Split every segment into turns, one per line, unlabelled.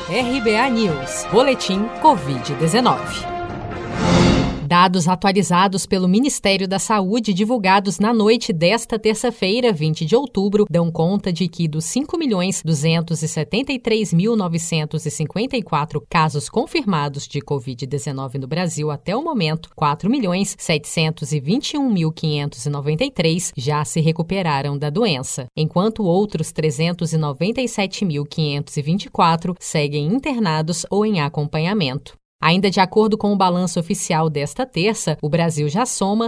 RBA News, Boletim Covid-19. Dados atualizados pelo Ministério da Saúde divulgados na noite desta terça-feira, 20 de outubro, dão conta de que dos 5.273.954 casos confirmados de Covid-19 no Brasil até o momento, 4.721.593 já se recuperaram da doença, enquanto outros 397.524 seguem internados ou em acompanhamento. Ainda de acordo com o balanço oficial desta terça, o Brasil já soma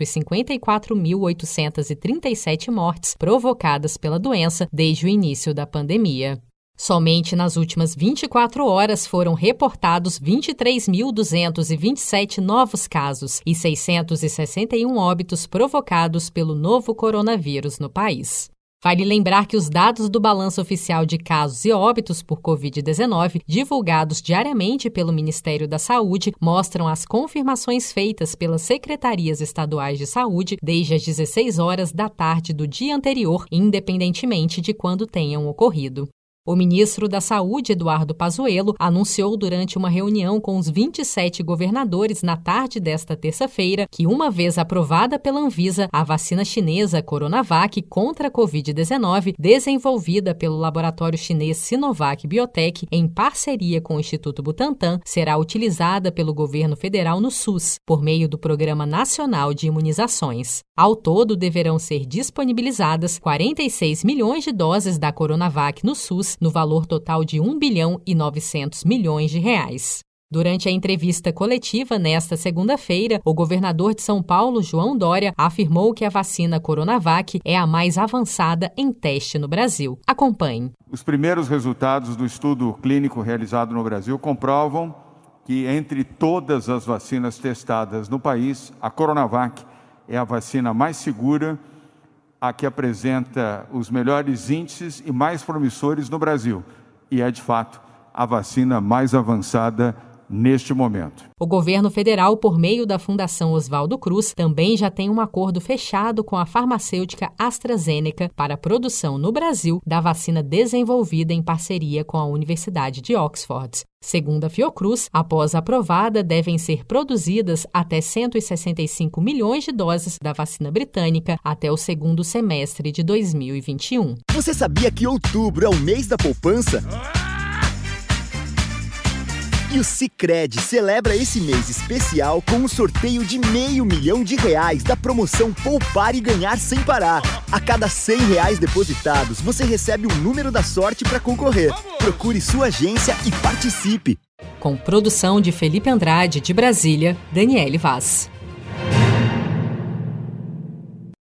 154.837 mortes provocadas pela doença desde o início da pandemia. Somente nas últimas 24 horas foram reportados 23.227 novos casos e 661 óbitos provocados pelo novo coronavírus no país. Vale lembrar que os dados do balanço oficial de casos e óbitos por Covid-19, divulgados diariamente pelo Ministério da Saúde, mostram as confirmações feitas pelas secretarias estaduais de saúde desde as 16 horas da tarde do dia anterior, independentemente de quando tenham ocorrido. O ministro da Saúde, Eduardo Pazuello, anunciou durante uma reunião com os 27 governadores na tarde desta terça-feira que, uma vez aprovada pela Anvisa, a vacina chinesa Coronavac contra a Covid-19, desenvolvida pelo laboratório chinês Sinovac Biotech em parceria com o Instituto Butantan, será utilizada pelo governo federal no SUS, por meio do Programa Nacional de Imunizações. Ao todo, deverão ser disponibilizadas 46 milhões de doses da Coronavac no SUS, no valor total de R$1,9 bilhão. Durante a entrevista coletiva nesta segunda-feira, o governador de São Paulo, João Dória, afirmou que a vacina Coronavac é a mais avançada em teste no Brasil. Acompanhe.
Os primeiros resultados do estudo clínico realizado no Brasil comprovam que, entre todas as vacinas testadas no país, a Coronavac é a vacina mais segura, a que apresenta os melhores índices e mais promissores no Brasil. E é, de fato, a vacina mais avançada neste momento.
O governo federal, por meio da Fundação Oswaldo Cruz, também já tem um acordo fechado com a farmacêutica AstraZeneca para a produção no Brasil da vacina desenvolvida em parceria com a Universidade de Oxford. Segundo a Fiocruz, após aprovada, devem ser produzidas até 165 milhões de doses da vacina britânica até o segundo semestre de 2021.
Você sabia que outubro é o mês da poupança? E o Sicredi celebra esse mês especial com um sorteio de R$500 mil da promoção Poupar e Ganhar Sem Parar. A cada R$100 depositados, você recebe um número da sorte para concorrer. Procure sua agência e participe.
Com produção de Felipe Andrade, de Brasília, Daniele Vaz.